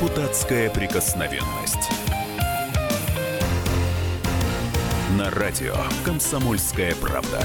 Депутатская прикосновенность. На радио «Комсомольская правда».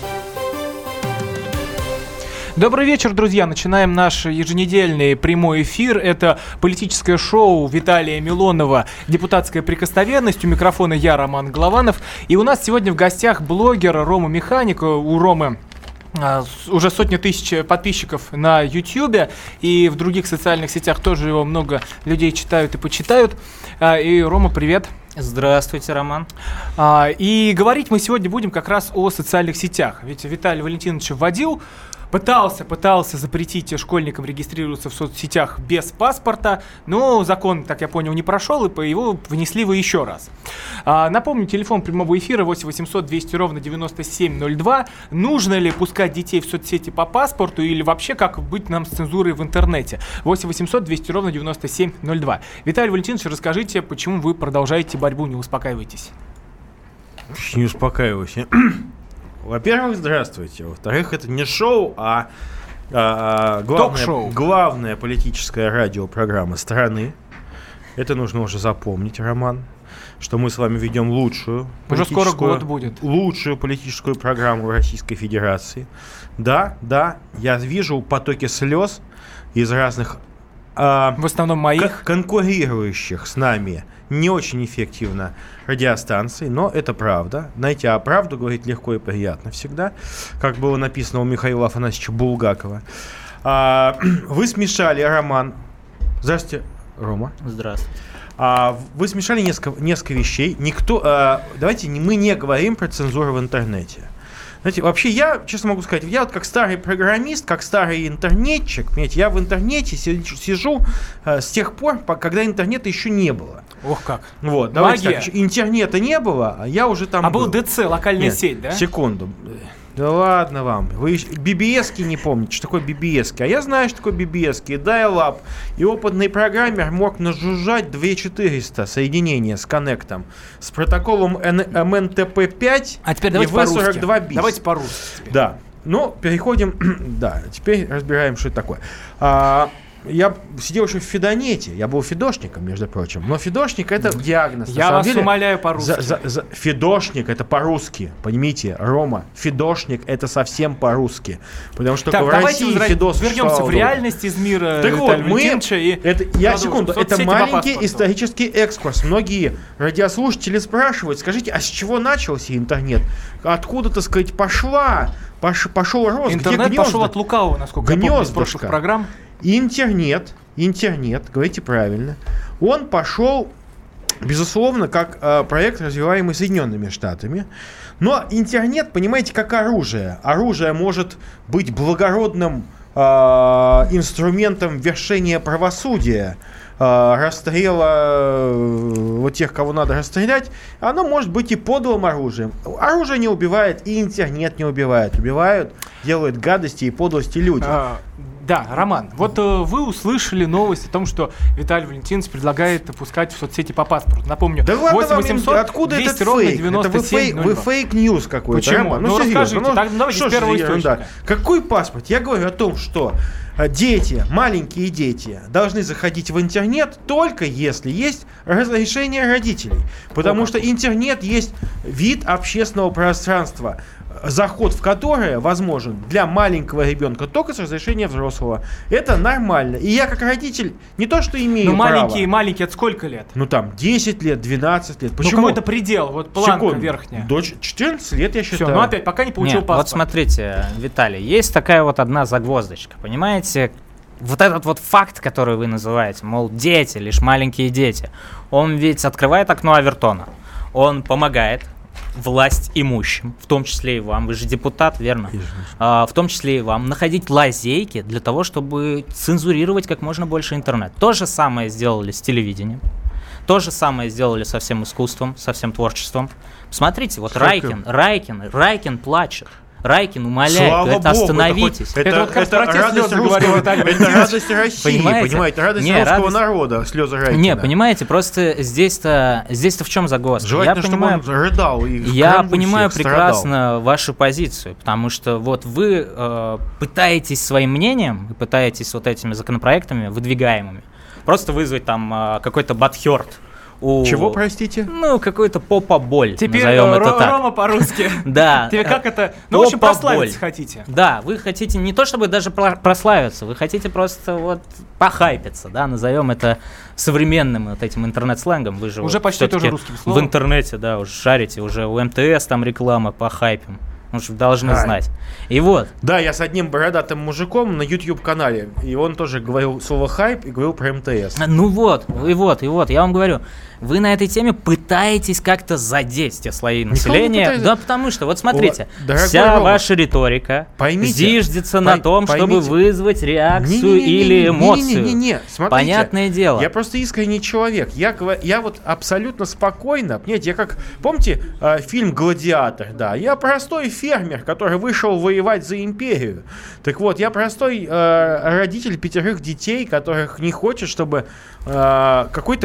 Добрый вечер, друзья. Начинаем наш еженедельный прямой эфир. Это политическое шоу Виталия Милонова «Депутатская прикосновенность». У микрофона я, Роман Голованов. И у нас сегодня в гостях блогер Рома Механик. У Ромы уже сотни тысяч подписчиков на Ютьюбе, и в других социальных сетях тоже его много людей читают и почитают. И, Рома, привет. Здравствуйте, Роман. И говорить мы сегодня будем как раз о социальных сетях. Ведь Виталий Валентинович пытался запретить школьникам регистрироваться в соцсетях без паспорта, но закон, так я понял, не прошел, и его внесли вы еще раз. Напомню, телефон прямого эфира 8 800 200 ровно 9702. Нужно ли пускать детей в соцсети по паспорту или вообще как быть нам с цензурой в интернете? 8 800 200 ровно 9702. Виталий Валентинович, расскажите, почему вы продолжаете борьбу, не успокаивайтесь. Не успокаиваюсь. Во-первых, здравствуйте. Во-вторых, это не шоу, а главная политическая радиопрограмма страны. Это нужно уже запомнить, Роман, что мы с вами ведем лучшую политическую программу Российской Федерации. Да, я вижу потоки слез из разных в основном моих конкурирующих с нами не очень эффективно радиостанций, но это правда. Знаете, а правду говорить легко и приятно всегда, как было написано у Михаила Афанасьевича Булгакова. Вы смешали, Роман. Здравствуйте, Рома. Здравствуйте. Вы смешали несколько вещей. Давайте мы не говорим про цензуру в интернете. Знаете, вообще я, честно могу сказать, я вот как старый программист, как старый интернетчик, понимаете, я в интернете сижу с тех пор, когда интернета еще не было. Ох как. Вот, давайте так, интернета не было, а я уже там был. Был ДЦ, локальная сеть, да? Секунду. Да ладно вам. Вы BBS-ки не помните, что такое BBS-ки. А я знаю, что такое BBS-ки. И dial-up. И опытный программер мог нажужжать 2400 соединения с коннектом. С протоколом MNTP5 а теперь и V42 бис. Давайте по-русски. Да. Ну, переходим. Да, теперь разбираем, что это такое. Я сидел еще в Фидонете, я был фидошником, между прочим, но фидошник — это диагноз. Я вас умоляю по-русски. Фидошник — это по-русски, поймите, Рома, фидошник — это совсем по-русски, потому что так, в России фидос вернемся в реальность из мира так Виталия вот, Валентиновича. Это маленький исторический экскурс. Многие радиослушатели спрашивают, скажите, а с чего начался интернет? Откуда, так сказать, пошел рост? Интернет пошел от лукавого, насколько я помню, из прошлых программ. Интернет, говорите правильно, он пошел, безусловно, как проект, развиваемый Соединенными Штатами. Но интернет, понимаете, как оружие. Оружие может быть благородным инструментом вершения правосудия, расстрела вот тех, кого надо расстрелять. Оно может быть и подлым оружием. Оружие не убивает, и интернет не убивает. Убивают, делают гадости и подлости люди. Да, Роман, вот вы услышали новость о том, что Виталий Валентинович предлагает пускать в соцсети по паспорту. Напомню, да 8 800 откуда 200 этот ровно фейк? 97 Вы фейк-ньюс какой-то. Почему? Роман, Расскажите, давайте с первого источника. Какой паспорт? Я говорю о том, что дети, маленькие дети, должны заходить в интернет только если есть разрешение родителей. Потому что интернет есть вид общественного пространства, заход в которое возможен для маленького ребенка только с разрешения взрослого. Это нормально. И я как родитель не то что имею право. Но маленькие от сколько лет? Ну там 10 лет, 12 лет. Почему? Ну какой-то предел, вот планка верхняя. До 14 лет, я считаю. Все, но опять, пока не получил паспорт. Вот смотрите, Виталий, есть такая вот одна загвоздочка, понимаете? Вот этот вот факт, который вы называете, мол, дети, лишь маленькие дети, он ведь открывает окно Авертона. Он помогает власть имущим, в том числе и вам, вы же депутат, верно? В том числе и вам, находить лазейки для того, чтобы цензурировать как можно больше интернет. То же самое сделали с телевидением, то же самое сделали со всем искусством, со всем творчеством. Смотрите, вот Райкин плачет. Райкин умоляет, Слава это богу, остановитесь. Это вот как протест радость слезы, говорил русского, Виталий это радость России, Понимаете? понимаете, радость Не, русского радость- народа, слезы Райкина. Не, понимаете, просто здесь-то в чем загвоздка? Желательно, чтобы он рыдал и Я Крым понимаю всех страдал. прекрасно вашу позицию, потому что вот вы пытаетесь своим мнением, вы пытаетесь вот этими законопроектами выдвигаемыми просто вызвать там какой-то бадхёрт. Чего, простите? Ну, какой-то попа-боль, Теперь назовем это так. Рома по-русски. Да. Тебе как это... Ну, в общем, Попа-боль. прославиться хотите. Да, вы хотите не то чтобы даже прославиться, вы хотите просто вот похайпиться, да, назовем это современным вот этим интернет-сленгом. Вы же Уже вот почти всё-таки тоже русским словом. в интернете, да, уже шарите, уже у МТС там реклама по хайпам. Ну, что должны Ай. знать. И вот, Да, я с одним бородатым мужиком на YouTube-канале, и он тоже говорил слово «хайп» и говорил про МТС. ну вот, я вам говорю, вы на этой теме пытаетесь как-то задеть те слои населения. пытается. Да, потому что, вот смотрите, Дорогой вся Рома, ваша риторика поймите, зиждется на том, чтобы поймите. вызвать реакцию или эмоцию. Не-не-не, смотрите. Понятное дело. Я просто искренний человек. Я вот абсолютно спокойно, понимаете, я как, помните фильм «Гладиатор», да, я простой фермер, который вышел воевать за империю. Так вот, я простой родитель 5 детей, которых не хочет, чтобы какой-то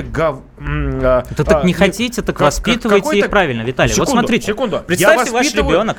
Это так не хотите, так воспитывайте их правильно, Виталий. Вот смотрите, секунду. представьте, ваш ребенок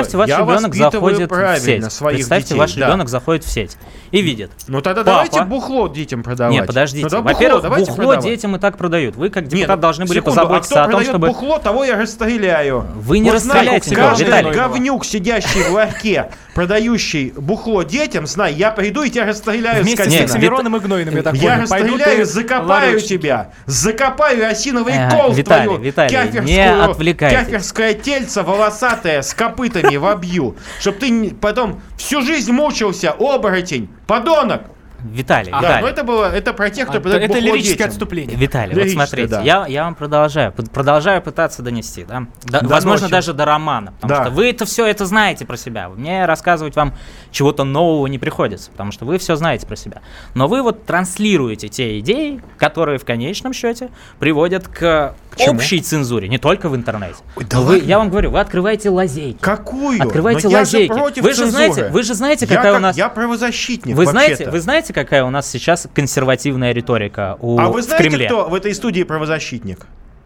заходит в сеть. Представьте, ваш ребенок заходит в сеть и видит. Ну тогда Папа. давайте бухло детям продавать. Не, подождите. Ну, тогда Во-первых, давайте бухло продавать. детям и так продают. Вы, как Нет, депутат, должны были секунду, позаботиться а о кто том, продает чтобы... бухло, того я расстреляю. Вы не Вот знай, расстреляйте никого, каждый Виталий. говнюк, сидящий в ларьке, продающий бухло детям, знай, я приду и тебя расстреляю, Вместе с скотина. Оксимироном и Гнойным, я так Я понял. Пойдут расстреляю, и закопаю ларечники. тебя. Закопаю осиновый кол в Виталий, твою Виталий, не отвлекайтесь. каферское тельце волосатое с копытами вобью. Чтоб ты потом всю жизнь мучился, оборотень, подонок. Виталий, Да, Виталий. но это про тех, кто продает Это бухло лирическое детям. отступление. Виталий, вот Логично, смотрите, да. я вам продолжаю пытаться донести, да? Возможно, ночи. даже до романа, потому Да. что вы все это знаете про себя. Мне рассказывать вам чего-то нового не приходится, потому что вы все знаете про себя. Но вы вот транслируете те идеи, которые в конечном счете приводят к чему? общей цензуре, не только в интернете. Ой, да Но ладно. я вам говорю, вы открываете лазейки. Какую? Открывайте Но я же лазейки. против Вы же цензуры. знаете, Я какая у нас... Я правозащитник, Вы вообще-то. знаете, какая у нас сейчас консервативная риторика А вы в знаете, Кремле? кто в этой студии правозащитник?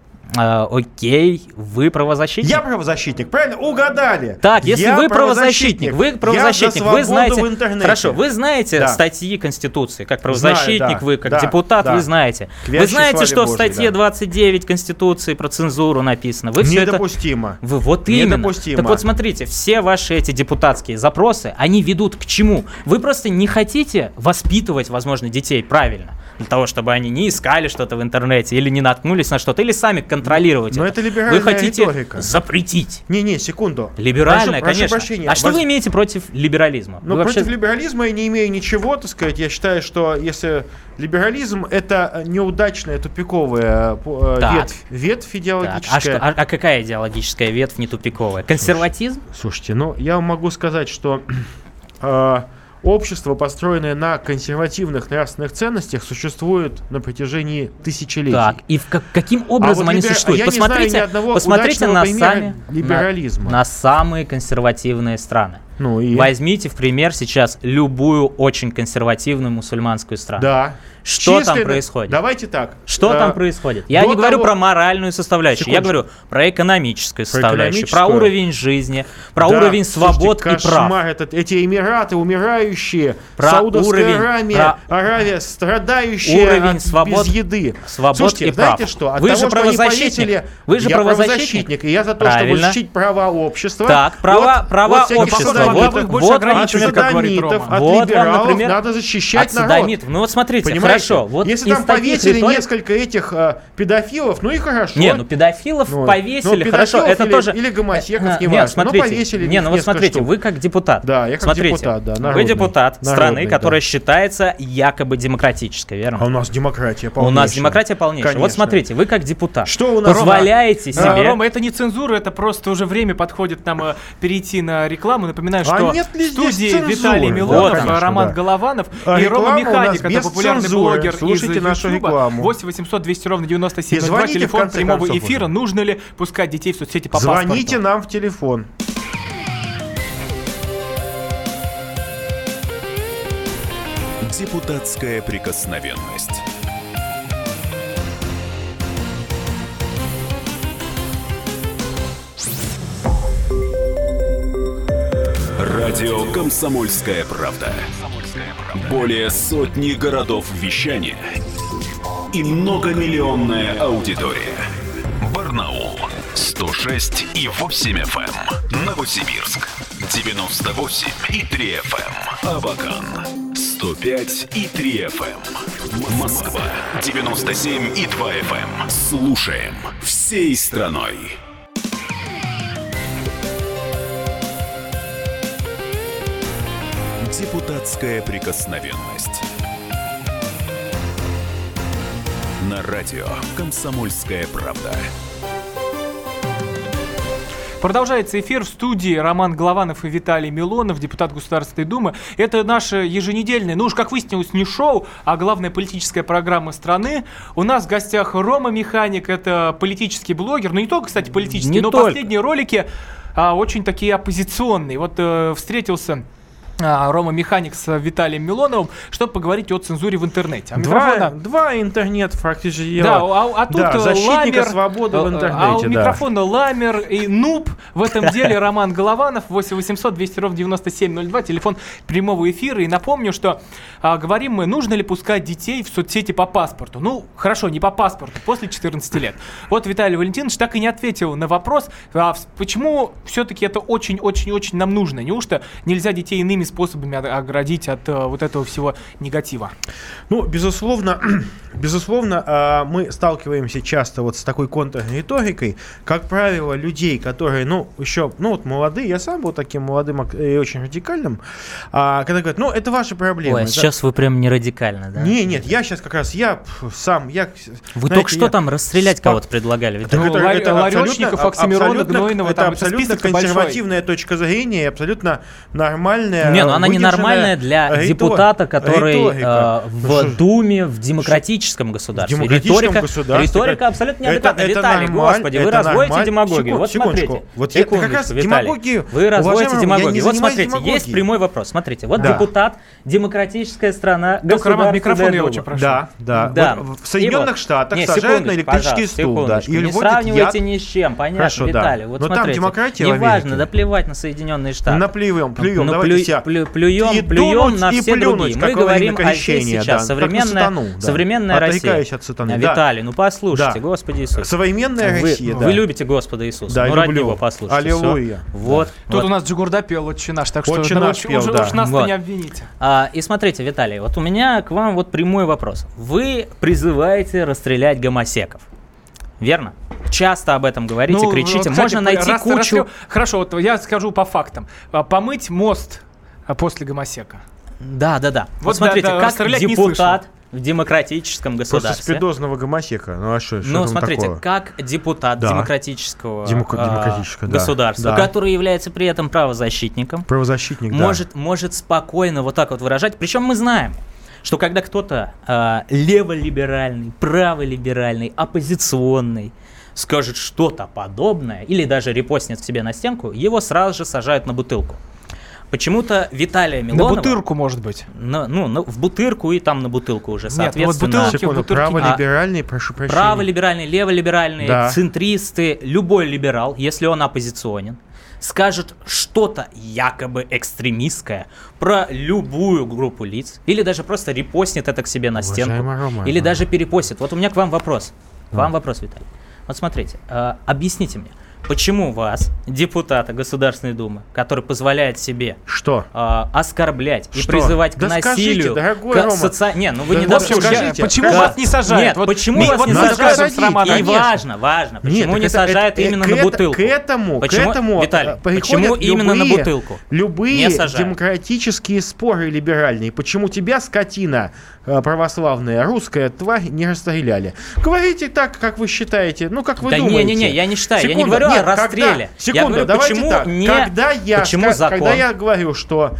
Окей, вы правозащитник? Я правозащитник, правильно? Угадали. Так, если Я вы правозащитник, Я за вы знаете, свободу в интернете. хорошо, вы знаете Да. статьи Конституции, как правозащитник, Знаю, да, вы как да, депутат, да. вы знаете. К Вы вящей знаете, славе что в Божьей, статье да. 29 Конституции про цензуру написано. Вы все это... Недопустимо. Вот именно. Недопустимо. Так вот смотрите, все ваши эти депутатские запросы, они ведут к чему? Вы просто не хотите воспитывать, возможно, детей правильно, для того, чтобы они не искали что-то в интернете или не наткнулись на что-то, или сами контролировать Но это либеральная Вы хотите риторика. запретить. Не, секунду. Либеральная, Прошу конечно. прощения. А что вы имеете против либерализма? Ну, Вы против либерализма я не имею ничего, так сказать. Я считаю, что если либерализм — это неудачная, тупиковая Так. ветвь Так, идеологическая. а какая идеологическая ветвь не тупиковая? Консерватизм? Слушайте, ну, я вам могу сказать, что общество, построенное на консервативных нравственных ценностях, существует на протяжении тысячелетий. Так, и каким образом вот они я существуют? не знаю ни одного Посмотрите удачного на примера либерализма. на самые консервативные страны. Ну и... Возьмите в пример сейчас любую очень консервативную мусульманскую страну. Да. Что там Численно- происходит? Давайте так. Что там происходит? Я до не говорю того- про моральную составляющую, я Секундочку. говорю про экономическую составляющую, про экономическую? уровень жизни, про Да, уровень слушайте, свобод и прав. кошмар эти Эмираты умирающие, Про Саудовская уровень, Аравия страдающая уровень от свобод- без еды. свобод Слушайте, и знаете прав. что? От Вы того, же что они правозащитник. повесили... Вы же я правозащитник. и я за то, Правильно. чтобы защитить права общества. Так, права всяких общества. садомитов, Вот их больше вот ограничивают, от как говорит садомитов, Рома. от Вот вам, либералов например, надо защищать От народ. садомитов. Ну вот смотрите, Понимаете? хорошо. Вот Если из там таких повесили риторик- несколько этих педофилов, ну и хорошо. Не, ну педофилов Ну, повесили, ну, хорошо, педофилов это или- тоже... или гомосеков, Нет, неважно, но смотрите, повесили не, ну вот несколько смотрите, штук. вы как депутат. Да, я как Смотрите, депутат, да, вы народный. депутат страны, Народный, которая да. считается якобы демократической, верно? А у нас демократия У полнейшая. нас демократия полнейшая. Вот Конечно. смотрите, вы как депутат Что у нас, позволяете себе... Рома, это не цензура, это просто уже время подходит нам перейти на рекламу. Напоминаю, А что нет ли в студии здесь цензуры? Виталий Вот Милонов, она, Роман да. Голованов А и реклама Рома у нас Механик, это без популярный цензуры. блогер Слушайте из нашу Ютуба. рекламу. 8 800 200 ровно 9702, И звоните, в телефон конце прямого концов, эфира. уже. Нужно ли пускать детей в соцсети по Звоните паспорту? нам в телефон. Депутатская прикосновенность. Радио «Комсомольская правда». Более сотни городов вещания и многомиллионная аудитория. Барнаул 106,8 FM. Новосибирск 98,3 FM. Абакан 105,3 FM. Москва 97,2 FM. Слушаем всей страной. Депутатская прикосновенность. На радио «Комсомольская правда». Продолжается эфир в студии. Роман Голованов и Виталий Милонов, депутат Государственной Думы. Это наше еженедельное, ну уж как выяснилось, не шоу, а главная политическая программа страны. У нас в гостях Рома Механик, это политический блогер, но не только, кстати, политический, но последние ролики очень такие оппозиционные. Вот встретился Рома Механик с Виталием Милоновым, чтобы поговорить о цензуре в интернете. Два интернет практически. Да, а тут защитника ламер, свободы в интернете. А у микрофона ламер и нуб в этом деле Роман Голованов. 8 800 200 ровно 9702, телефон прямого эфира. И напомню, что говорим мы, нужно ли пускать детей в соцсети по паспорту. Ну, хорошо, не по паспорту, после 14 лет. Вот Виталий Валентинович так и не ответил на вопрос, почему все-таки это очень-очень-очень нам нужно. Неужто нельзя детей иными способами оградить от вот этого всего негатива? Ну, безусловно, мы сталкиваемся часто вот с такой контрриторикой. Как правило, людей, которые, вот молодые, я сам был таким молодым и очень радикальным, когда говорят, это ваши проблемы. Ой, сейчас вы прям не радикально, да? Нет, я сейчас как раз, Вы только что там расстрелять кого-то предлагали? Ларёчников, Оксимирона, Гнойного, это абсолютно консервативная точка зрения, абсолютно нормальная. Не, она ненормальная для депутата, который в Думе, в демократическом государстве. Риторика абсолютно неадекватная. Виталий, господи, вы разводите демагогию. Вот смотрите. Секундочку, Виталий. Вы разводите демагогию. Вот смотрите, есть прямой вопрос. Смотрите, вот депутат, демократическая страна, микрофон я очень прошу. Да. В Соединенных Штатах сажают на электрический стул. Не сравнивайте ни с чем, понятно, Виталий. Вот смотрите, неважно, да плевать на Соединенные Штаты. Плюем, давайте себя. Плюем на все другие. Мы говорим о сейчас. Современная Россия. Виталий, послушайте, Господи Иисус. Современная Россия, Вы любите Господа Иисуса. Ради Него послушайте. Аллилуйя. Тут у нас Джигурда пел «Отче наш», так что уж нас-то не обвините. И смотрите, Виталий, вот у меня к вам вот прямой вопрос. Вы призываете расстрелять гомосеков. Верно? Часто об этом говорите, кричите. Кстати, можно найти кучу... Хорошо, вот я скажу по фактам. Помыть мост после гомосека. Да. Вот смотрите, как депутат в демократическом государстве. Просто спидозного гомосека. Смотрите, такого? Как депутат демократического государства, который является при этом правозащитником, может спокойно вот так вот выражать. Причем мы знаем, что когда кто-то леволиберальный, праволиберальный, оппозиционный скажет что-то подобное или даже репостнет себе на стенку, его сразу же сажают на бутылку. Почему-то Виталия Милонова... На бутырку, может быть. В бутырку и там на бутылку уже, соответственно. Праволиберальный, прошу прощения. Праволиберальный, леволиберальный, центристы, любой либерал, если он оппозиционен, скажет что-то якобы экстремистское про любую группу лиц, или даже просто репостнет это к себе на стенку, или даже перепостит. Вот у меня к вам вопрос. Виталий. Вот смотрите, объясните мне, почему вас, депутата Государственной Думы, который позволяет себе оскорблять и призывать к насилию, вы не скажите, почему вас не сажают? Нет, почему вас не сажают? И важно, почему не сажают именно на бутылку? Виталий, почему именно на бутылку? Любые демократические споры либеральные. Почему тебя, скотина православная, русская тварь, не расстреляли? Говорите так, как вы считаете, как вы думаете. Не, я не считаю, я не говорю о расстреле. Секунду, давайте так. Когда я говорю, что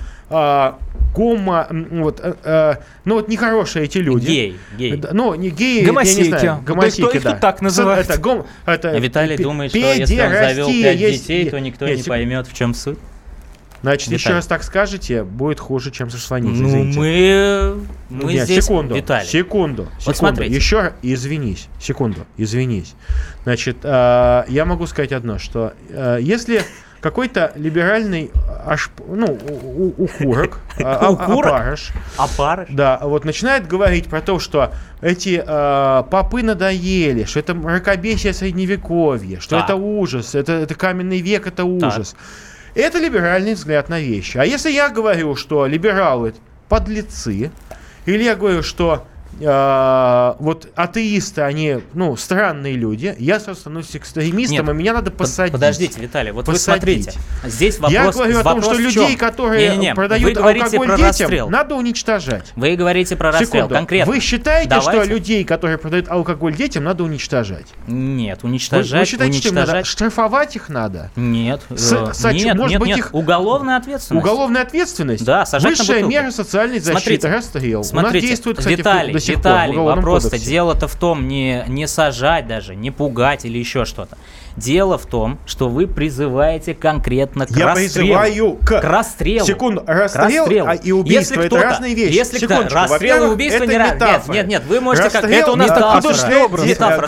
нехорошие эти люди. Геи. Не геи, гомосеки. Я не знаю. Гомосеки, да. Так называют. Виталий думает, что если он завел 5 детей, то никто не поймет, в чем суть. Значит, еще Виталий. раз так скажете, будет хуже, чем со Сванидзе. Ну, извините. мы Нет, здесь, секунду, Виталий. секунду. смотрите. Еще извинись. Извинись. Значит, я могу сказать одно, что если какой-то либеральный укурок, опарыш, да, вот начинает говорить про то, что эти попы надоели, что это мракобесие средневековья, что это ужас, это каменный век, это ужас. Это либеральный взгляд на вещи. А если я говорю, что либералы подлецы, или я говорю, что вот атеисты, они, странные люди, я становлюсь экстремистом, и меня надо посадить. Подождите, Виталий, вот посадить. Вы смотрите, здесь вопрос. Я говорю о том, что людей, которые продают алкоголь детям, надо уничтожать. Вы говорите про расстрел, конкретно. Вы считаете, что людей, которые продают алкоголь детям, надо уничтожать? Нет, уничтожать. Вы считаете, что им надо? Штрафовать их надо? Нет. Нет. Уголовная ответственность. Уголовная ответственность? Да, сажать на бутылку. Высшая мера социальной защиты, расстрел. Смотрите, у нас действует, кстати, Виталий, вопрос-то дело-то в том, не сажать даже, не пугать или еще что-то. Дело в том, что вы призываете конкретно к расстрелу. Я призываю к расстрелу. Секунду, расстрел и убийство — это разные вещи. Расстрел и убийство не разные. Нет, вы можете как... Это у нас метафора.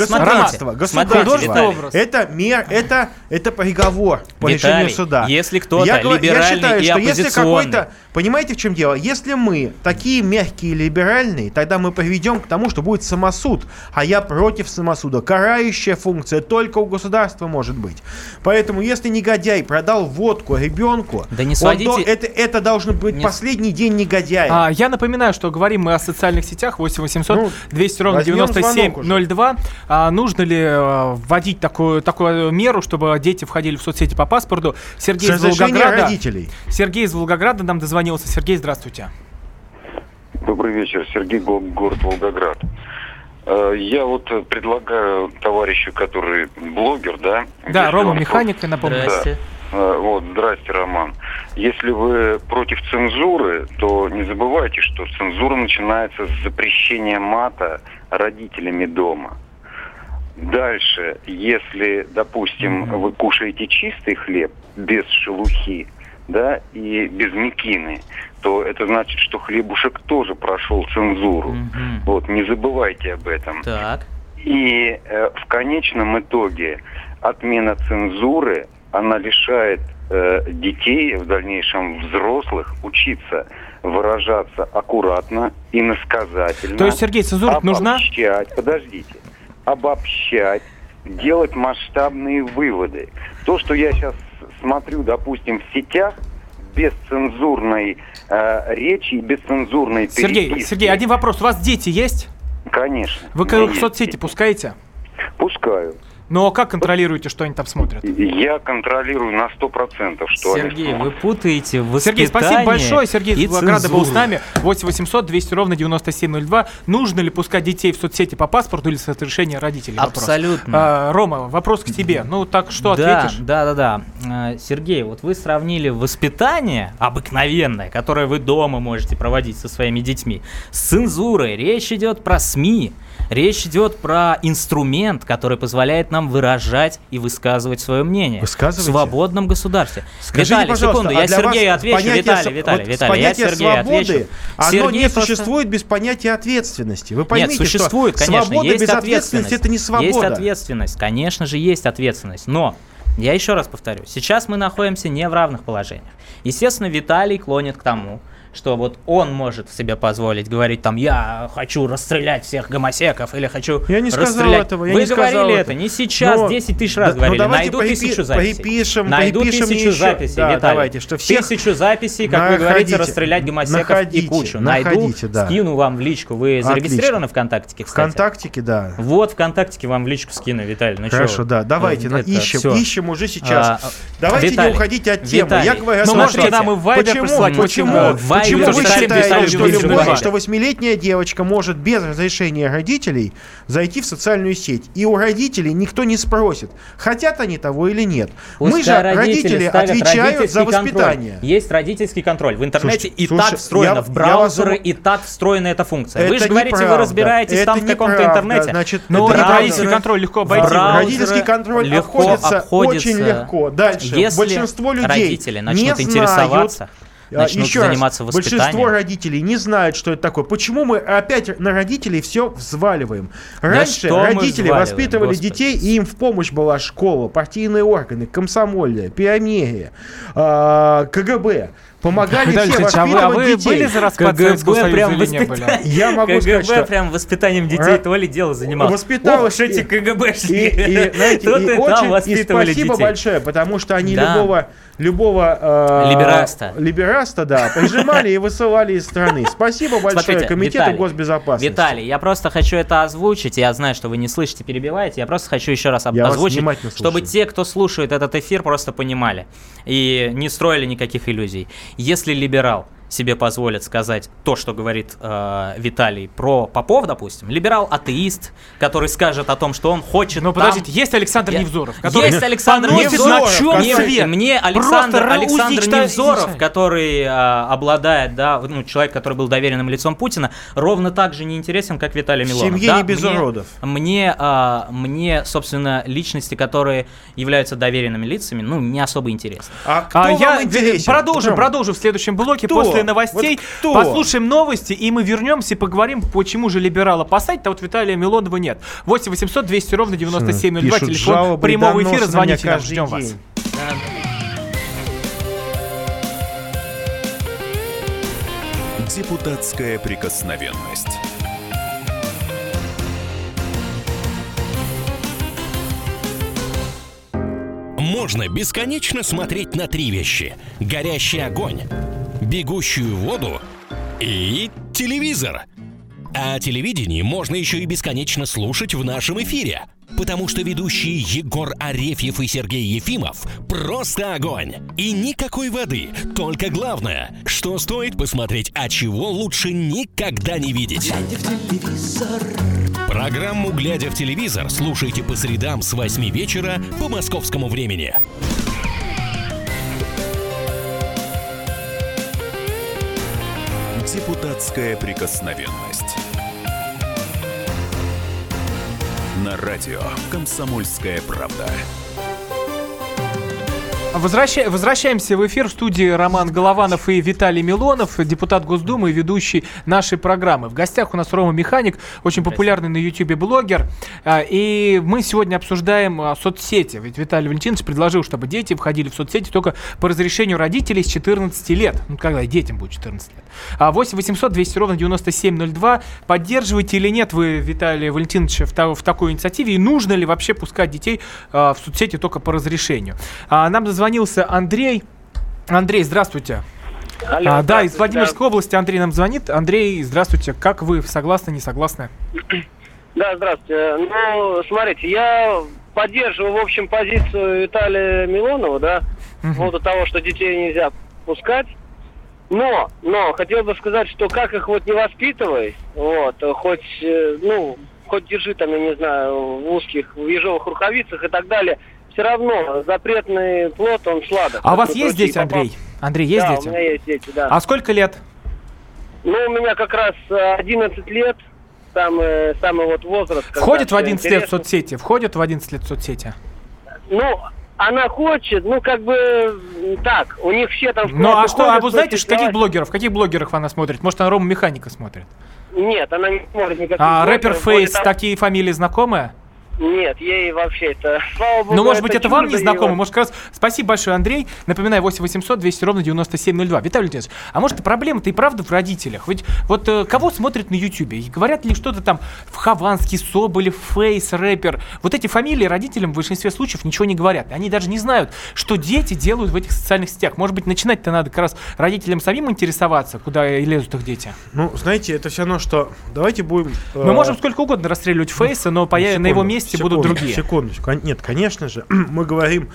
Смотрите. Это приговор по решению суда. Если кто-то либеральный и оппозиционный... Понимаете, в чем дело? Если мы такие мягкие и либеральные, тогда мы приведем к тому, что будет самосуд. А я против самосуда. Карающая функция только у государства может быть. Поэтому, если негодяй продал водку ребенку, да не сводите... это должен быть последний день негодяя. Я напоминаю, что говорим мы о социальных сетях. 8 800 200 ровно 9702. Нужно ли вводить такую меру, чтобы дети входили в соцсети по паспорту? Сергей из Волгограда. Родителей. Сергей из Волгограда нам дозвонился. Сергей, здравствуйте. Добрый вечер, Сергей, город Волгоград. Я вот предлагаю товарищу, который блогер, да? Да, Рома Механик, я напомню. Здрасте. Здрасте, Роман. Если вы против цензуры, то не забывайте, что цензура начинается с запрещения мата родителями дома. Дальше, если, допустим, вы кушаете чистый хлеб без шелухи, да, и без мекины, то это значит, что хлебушек тоже прошел цензуру. Вот, не забывайте об этом. Так. И в конечном итоге отмена цензуры, она лишает детей, в дальнейшем взрослых, учиться выражаться аккуратно, иносказательно. То есть, Сергей, цензура нужна? Подождите. Обобщать, делать масштабные выводы. То, что я сейчас смотрю, допустим, в сетях, без цензурной речи и без цензурной переписки. Сергей, один вопрос. У вас дети есть? Конечно. Вы в соцсети пускаете? Пускаю. Но как контролируете, что они там смотрят? Я контролирую на 100%, что Сергей, они вы путаете воспитание. Сергей, спасибо большое. Сергей из Волгограда был с цензуру. нами. 8 800 200 ровно 9702. Нужно ли пускать детей в соцсети по паспорту или с разрешения родителей? Абсолютно. Рома, вопрос к тебе. Так что ответишь? Да. Сергей, вот вы сравнили воспитание обыкновенное, которое вы дома можете проводить со своими детьми, с цензурой. Речь идет про СМИ. Речь идет про инструмент, который позволяет нам выражать и высказывать свое мнение в свободном государстве. Скажите, Виталий, секунду, я Сергею отвечу. Виталий, я Сергею отвечу. Оно не существует без понятия ответственности. Вы поймите, нет, существует, что конечно, свобода есть без ответственности — это не свобода. Есть ответственность, конечно же, есть ответственность, но я еще раз повторю, сейчас мы находимся не в равных положениях. Естественно, Виталий клонит к тому, что вот он может себе позволить говорить там: я хочу расстрелять всех гомосеков или хочу Я не сказал расстрелять. этого, Вы говорили это не сейчас, 10 тысяч раз говорили. Найду 1000 записей. Найду 1000 записей, да, Виталий. Давайте, что всех... 1000 записей, как вы говорите, расстрелять гомосеков и кучу. Найду, да. скину вам в личку. Вы зарегистрированы ВКонтактике, кстати? ВКонтактике, да. Вот ВКонтактике вам в личку скину, Виталий. Ну хорошо, да. Давайте, ищем уже сейчас. Давайте Виталий, не уходите от темы. Виталий, Я говорю, можете нам и в Вайбер прислать. Почему вы считаете, Вайбер. что 8-летняя девочка может без разрешения родителей зайти в социальную сеть? И у родителей никто не спросит, хотят они того или нет. Мы же, родители, отвечают за воспитание. Есть родительский контроль. В интернете Слушайте, так встроено, в браузеры и так встроена эта функция. Вы же говорите, вы разбираетесь там в каком-то интернете. Но родительский контроль легко обойти. Родительский контроль находится. Очень легко. Дальше. Если большинство людей родители начнут не интересоваться, начнут еще заниматься раз, воспитанием. большинство родителей не знают, что это такое. Почему мы опять на родителей все взваливаем? Раньше родители воспитывали Господи. детей, и им в помощь была школа, партийные органы, комсомольные, пионерия, КГБ. Помогали Виталий все Алексеевич, воспитывать вы детей. были за распад Советского Союза или не были? Я могу сказать, КГБ что прям воспитанием детей то ли дело занимался. воспиталось Ох, эти и КГБшники. знаете, Тут и там и воспитывали спасибо детей. большое, потому что они Да. любого Либераста. да, прижимали и высылали из страны. Спасибо большое Смотрите, Комитету Виталий, госбезопасности. Виталий, я просто хочу это озвучить. Я знаю, что вы не слышите, перебиваете. Я просто хочу еще раз Я вас озвучить, внимательно чтобы слушаю. те, кто слушает этот эфир, просто понимали и не строили никаких иллюзий. Если либерал себе позволит сказать то, что говорит Виталий про попов, допустим, либерал-атеист, который скажет о том, что он хочет. Ну подождите, есть Александр Невзоров, который Есть Александр поносит Невзоров, на чем свет. Мне Просто Александр Невзоров, извините. который обладает, да, ну, человек, который был доверенным лицом Путина, ровно так же неинтересен, как Виталий В Милонов. семье Да, не без уродов. Мне, собственно, личности, которые являются доверенными лицами, ну, не особо интересны. А кто вам Я интересен? продолжу в следующем блоке Кто? после новостей. Вот кто? Послушаем новости, и мы вернемся и поговорим, почему же либерала посадить, а вот Виталия Милонова нет. 8 800 200 ровно 9702, Пишут, телефон жалобы и прямого доносы эфира, на звоните меня нам, каждый ждем день. вас. Депутатская прикосновенность. Можно бесконечно смотреть на три вещи: горящий огонь, бегущую воду и телевизор. А телевидение можно еще и бесконечно слушать в нашем эфире, потому что ведущие Егор Арефьев и Сергей Ефимов просто огонь. И никакой воды, только главное, что стоит посмотреть, а чего лучше никогда не видеть. Программу «Глядя в телевизор» слушайте по средам с 8 вечера по московскому времени. Депутатская прикосновенность. На радио «Комсомольская правда». Возвращаемся в эфир. В студии Роман Голованов и Виталий Милонов, депутат Госдумы и ведущий нашей программы. В гостях у нас Рома Механик, очень популярный на Ютубе блогер. И мы сегодня обсуждаем соцсети. Ведь Виталий Валентинович предложил, чтобы дети входили в соцсети только по разрешению родителей с 14 лет. Ну, когда детям будет 14 лет. 8 800 200 ровно 9702. Поддерживаете или нет вы, Виталий Валентинович, в такой инициативе? И нужно ли вообще пускать детей в соцсети только по разрешению? Нам дозвонился Андрей. Андрей, здравствуйте. Алло, Да, из Владимирской области Андрей нам звонит. Андрей, здравствуйте. Как вы? Согласны, не согласны? Да, здравствуйте. Ну, смотрите, я поддерживаю, в общем, позицию Виталия Милонова, да, по поводу того, что детей нельзя пускать. Но хотел бы сказать, что как их вот не воспитывай, вот, хоть держи там, я не знаю, в ежовых рукавицах и так далее, все равно запретный плод, он сладок. А у вас есть дети, Андрей? Андрей, есть да, дети? у меня есть дети, да. А сколько лет? Ну, у меня как раз 11 лет, самый вот возраст. Входит в 11 лет в соцсети? Входит в 11 лет в соцсети? Ну, она хочет, ну, как бы, так, у них все там... Ну, а что, вы знаете, каких каких блогеров она смотрит? Может, она Рома Механика смотрит? Нет, она не смотрит никаких А блогеров, рэпер более Фейс, того- такие фамилии знакомые? Нет, ей вообще это... Слава богу, Ну, может быть, это вам не чудо, знакомо. и Может, как раз... Спасибо большое, Андрей. Напоминаю, 8 800 200 ровно 9702. Виталий Леонидович, а может, проблема-то и правда в родителях? Ведь вот кого смотрят на Ютубе? И говорят ли что-то там в Хованский, Соболев, Фейс, рэпер? Вот эти фамилии родителям в большинстве случаев ничего не говорят. Они даже не знают, что дети делают в этих социальных сетях. Может быть, начинать-то надо как раз родителям самим интересоваться, куда лезут их дети. Ну, знаете, это все равно, что... Давайте будем... Мы можем сколько угодно расстреливать Фейса, но на его месте будут другие. Секундочку. Нет, конечно же, мы говорим...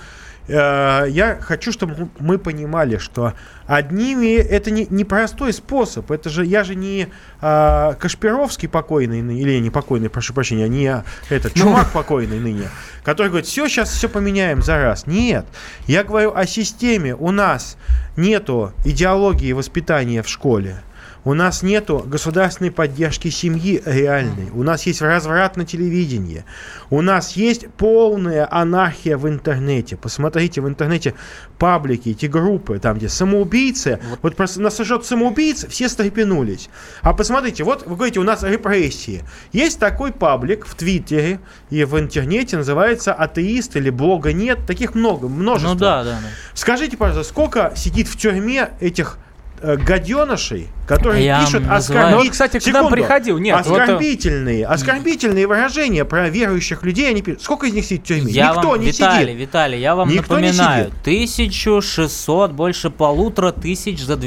Я хочу, чтобы мы понимали, что одними это не простой способ. Это же я же не Кашпировский покойный, или не покойный, прошу прощения, не этот чумак покойный ныне, который говорит, сейчас все поменяем за раз. Нет, я говорю о системе. У нас нету идеологии воспитания в школе. У нас нету государственной поддержки семьи реальной. У нас есть разврат на телевидении. У нас есть полная анархия в интернете. Посмотрите в интернете паблики, эти группы, там где самоубийцы. Вот просто насажет самоубийц, все стрепенулись. А посмотрите, вот вы говорите, у нас репрессии. Есть такой паблик в Твиттере и в интернете, называется «Атеист» или «Блога нет». Таких множество. Ну да. Скажите, пожалуйста, сколько сидит в тюрьме этих гаденышей, которые пишут Ну, кстати, к нам приходил. Нет, оскорбительные выражения про верующих людей. Они пишут. Сколько из них сидит в тюрьме? Никто не сидит. Виталий, я вам напоминаю. 1600, больше 1500 за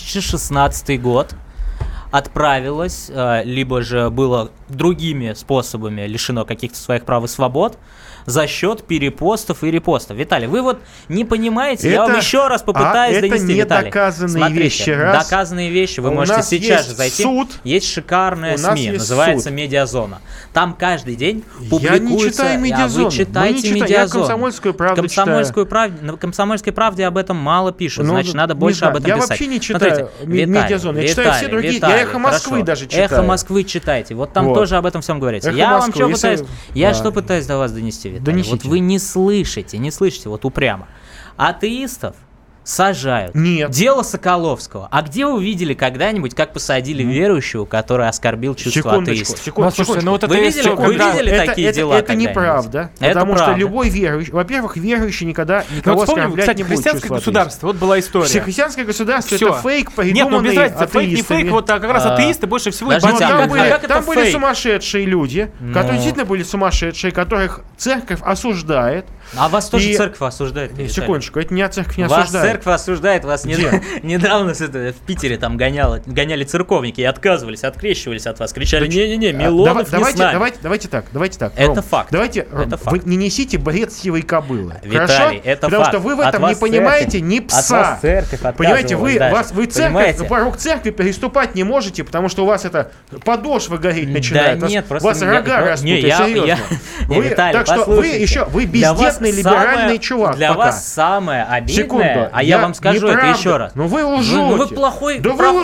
2016 год отправилось, либо же было другими способами лишено каких-то своих прав и свобод, за счет перепостов и репостов. Виталий, вы вот не понимаете, я вам еще раз попытаюсь донести, это не Виталий. доказанные вещи. Доказанные вещи, вы можете сейчас же зайти. Есть шикарная СМИ, называется «Медиазона». Там каждый день публикуется... Я не читаю «Медиазону». Вы читайте «Медиазону». Я «Комсомольскую правду» читаю. На «Комсомольской правде» об этом мало пишут, значит, надо больше об этом писать. Я вообще не читаю «Медиазону». Я читаю все другие. Я «Эхо Москвы» даже читаю. «Эхо Москвы» читайте. Вот там тоже об этом всем говорится. Я вам что пытаюсь... Я что пытаюсь до вас донести, Виталий? Вот вы не слышите, вот упрямо. Атеистов сажают. Нет. Дело Соколовского. А где вы видели когда-нибудь, как посадили верующего, который оскорбил чувства атеистов? Секундочку. Вы видели такие дела? Это неправда. Потому что любой верующий, во-первых, верующий никогда никого оскорблять не будет. Кстати, христианское государство, вот была история. Христианское государство — это фейк, придуманный Нет, ну без разницы, фейк не фейк, вот как раз атеисты больше всего... Там были сумасшедшие люди, которые действительно были сумасшедшие, которых церковь осуждает. А вас тоже церковь осуждает. Секундочку, это не церковь не осуждает. Церковь осуждает, вас недавно в Питере там гоняли церковники и отказывались, открещивались от вас, кричали: не-не-не, Милонов не с нами. Давайте так. Это факт. Давайте, вы не несите бред сивой кобылы. Виталий, это потому факт. что вы в этом не понимаете ни пса. Понимаете, вы церковь, порог церкви переступать не можете, потому что у вас это подошва гореть начинает. Да нет, у вас рога растут, серьезно. Так что вы бездетный либеральный чувак. Для вас самое обидное, я вам скажу это еще раз. Ну вы лжете. Вы плохой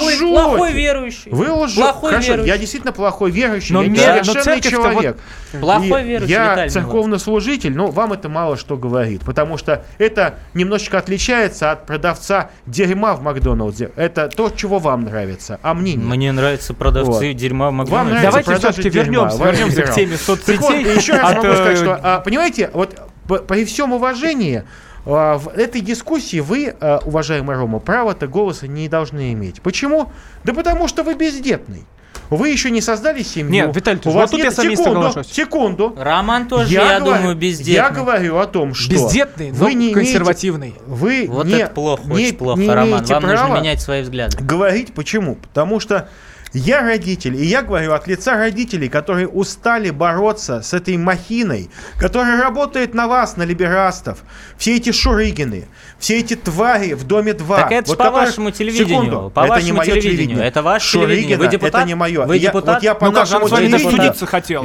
верующий. Вы лжете. Хорошо, я действительно плохой верующий, но я совершенный человек. Плохой верующий, я церковнослужитель, но вам это мало что говорит, потому что это немножечко отличается от продавца дерьма в Макдональдсе. Это то, чего вам нравится, а мне нет. Мне нравятся продавцы дерьма в Макдональдсе. Давайте все-таки вернемся к теме соцсетей. Еще раз могу сказать, что, понимаете, вот при всем уважении, в этой дискуссии вы, уважаемый Рома, права-то голоса не должны иметь. Почему? Да потому что вы бездетный. Вы еще не создали семью. Нет, Виталий, вот тут я с вами соглашусь. Секунду. Роман тоже, я думаю, бездетный. Я говорю о том, что... Бездетный, но консервативный. Вы вот не, это плохо, не, очень плохо, не Роман. Вам права нужно менять свои взгляды. Говорить почему? Потому что я родитель, и я говорю от лица родителей, которые устали бороться с этой махиной, которая работает на вас, на либерастов. Все эти Шурыгины, все эти твари в Доме 2. Так это вот по вашему телевидению. Секунду, по это вашему не мое телевидение. Это ваше Шурыгина, телевидение. Вы депутат? Это не мое. Вы депутат? Вот я по нашему телевидению... судиться хотел.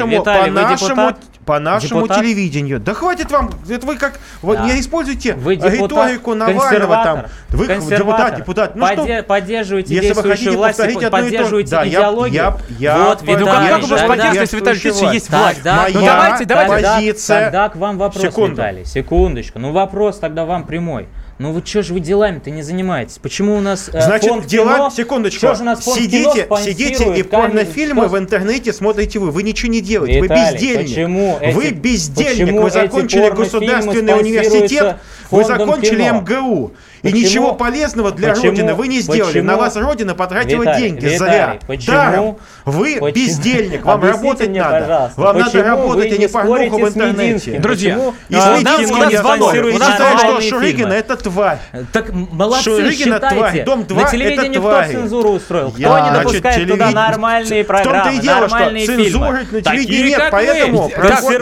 По нашему телевидению. Да хватит вам, это вы как... Да. Не используйте риторику Навального там. Вы депутат. Ну что? Поддерживаете действующую власть, поддерживаете идеологию. Вот, Виталий. Как вы можете поддерживать, Виталий, есть власть? Моя позиция... Тогда к вам вопрос, Виталий. Секундочку. Ну вопрос тогда вам прямой. Ну вот что же вы делами-то не занимаетесь? Почему у нас значит, дела, секундочку, сидите и порнофильмы в интернете смотрите вы ничего не делаете, Виталий, вы бездельник. Почему вы бездельник, вы закончили государственный университет, вы закончили МГУ. И ничего полезного для Родины вы не сделали. На вас Родина потратила деньги зря. Даром. Вы бездельник, вам работать надо. Вам надо работать, а не порнуху в интернете. Друзья, я считаю, что Шурыгина — это тварь. Так молодцы, Шурыгина — тварь. Дом 2 — это телевидение тварь. кто цензуру устроил? Кто не допускает туда нормальные программы, в том-то и дело, что цензуры на телевидении нет, поэтому...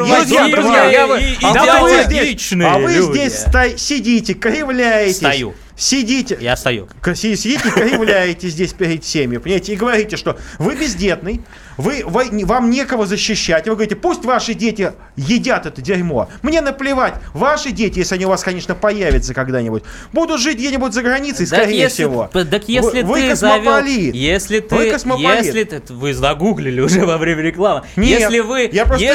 Консервативные, А вы здесь сидите, кривляетесь. сидите... Я стою. Сидите и кривляете здесь перед всеми, понимаете, и говорите, что вы бездетный, вам некого защищать. Вы говорите, пусть ваши дети едят это дерьмо. Мне наплевать. Ваши дети, если они у вас, конечно, появятся когда-нибудь, будут жить где-нибудь за границей, скорее всего. Так если вы ты космополит. Вы космополит. Вы загуглили уже во время рекламы. Нет, если вы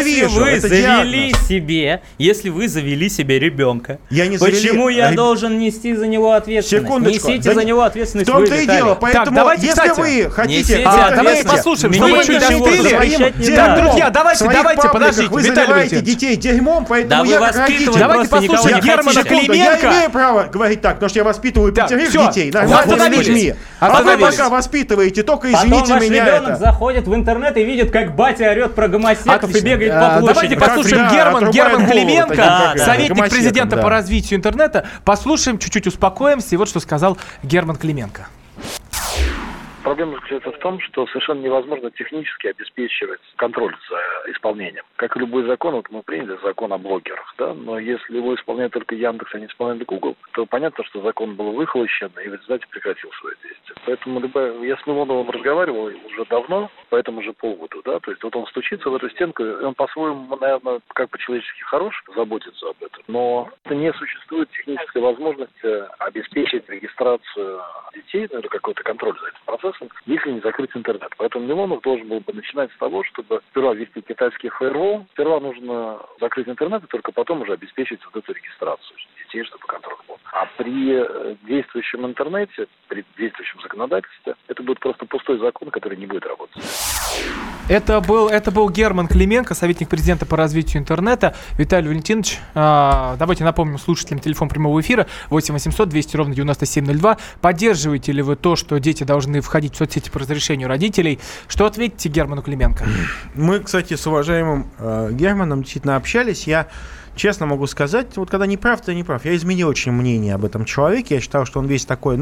завели себе ребенка, я не почему я должен нести за него ответственность? Секундочку. Несите за него ответственность. В том-то и дело. Поэтому, давайте, если кстати, вы хотите... давайте послушаем, что вы чуть остыли. Так, друзья, давайте, подождите, вы Виталий заливаете Валентинович. детей дерьмом, поэтому Да я вы как родитель... воспитываете Давайте просто никого послушаем не Германа хотите. Клименко. Я имею право говорить так, потому что я воспитываю Так, пятерых всё, детей, нормальными остановились. людьми. А вы Остановились. пока воспитываете, только Потом извините ваш меня ребенок это. заходит в интернет и видит, как батя орет про гомосеков и бегает по площади. Давайте послушаем Да, Герман отрубает голову Клименко, таким, как советник гомосекам, президента да. по развитию интернета. Послушаем, чуть-чуть успокоимся. И вот что сказал Герман Клименко. Проблема заключается в том, что совершенно невозможно технически обеспечивать контроль за исполнением. Как и любой закон, вот мы приняли закон о блогерах, да, но если его исполняет только Яндекс, а не исполняет Google, то понятно, что закон был выхолощен и в результате прекратил свои действия. Поэтому я с Милоновым разговаривал уже давно, по этому же поводу, да, то есть вот он стучится в эту стенку, и он по-своему, наверное, как по-человечески хорош, заботится об этом, но не существует технической возможности обеспечить регистрацию детей, ну или какой-то контроль за этим процессом, если не закрыть интернет. Поэтому Милонов должен был бы начинать с того, чтобы сперва ввести китайский фаервол, сперва нужно закрыть интернет, и только потом уже обеспечить вот эту регистрацию детей, чтобы контроль был. А при действующем интернете, при действующем законодательстве, это будет просто пустой закон, который не будет работать. Это был Герман Клименко, советник президента по развитию интернета. Виталий Валентинович, давайте напомним слушателям телефон прямого эфира 8 800 200 ровно 9702. Поддерживаете ли вы то, что дети должны входить в соцсети по разрешению родителей? Что ответите Герману Клименко? Мы, кстати, с уважаемым Германом действительно общались. Я честно могу сказать, вот когда не прав, то не прав. Я изменил очень мнение об этом человеке. Я считал, что он весь такой,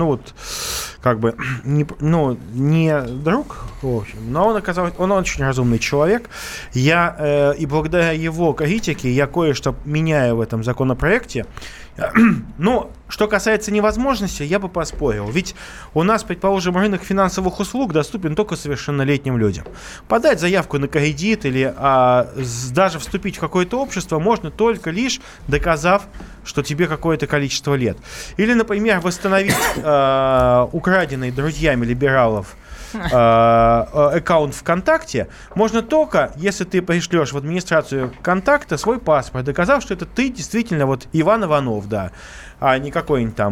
не друг, в общем. Но он оказался, он очень разумный человек. И благодаря его критике я кое-что меняю в этом законопроекте. Ну, что касается невозможности, я бы поспорил. Ведь у нас, предположим, рынок финансовых услуг доступен только совершеннолетним людям. Подать заявку на кредит или даже вступить в какое-то общество можно только лишь доказав, что тебе какое-то количество лет. Или, например, восстановить украденный друзьями либералов аккаунт ВКонтакте можно только, если ты пришлешь в администрацию КОНТАКТа свой паспорт, доказав, что это ты действительно вот Иван Иванов, да, а не какой-нибудь там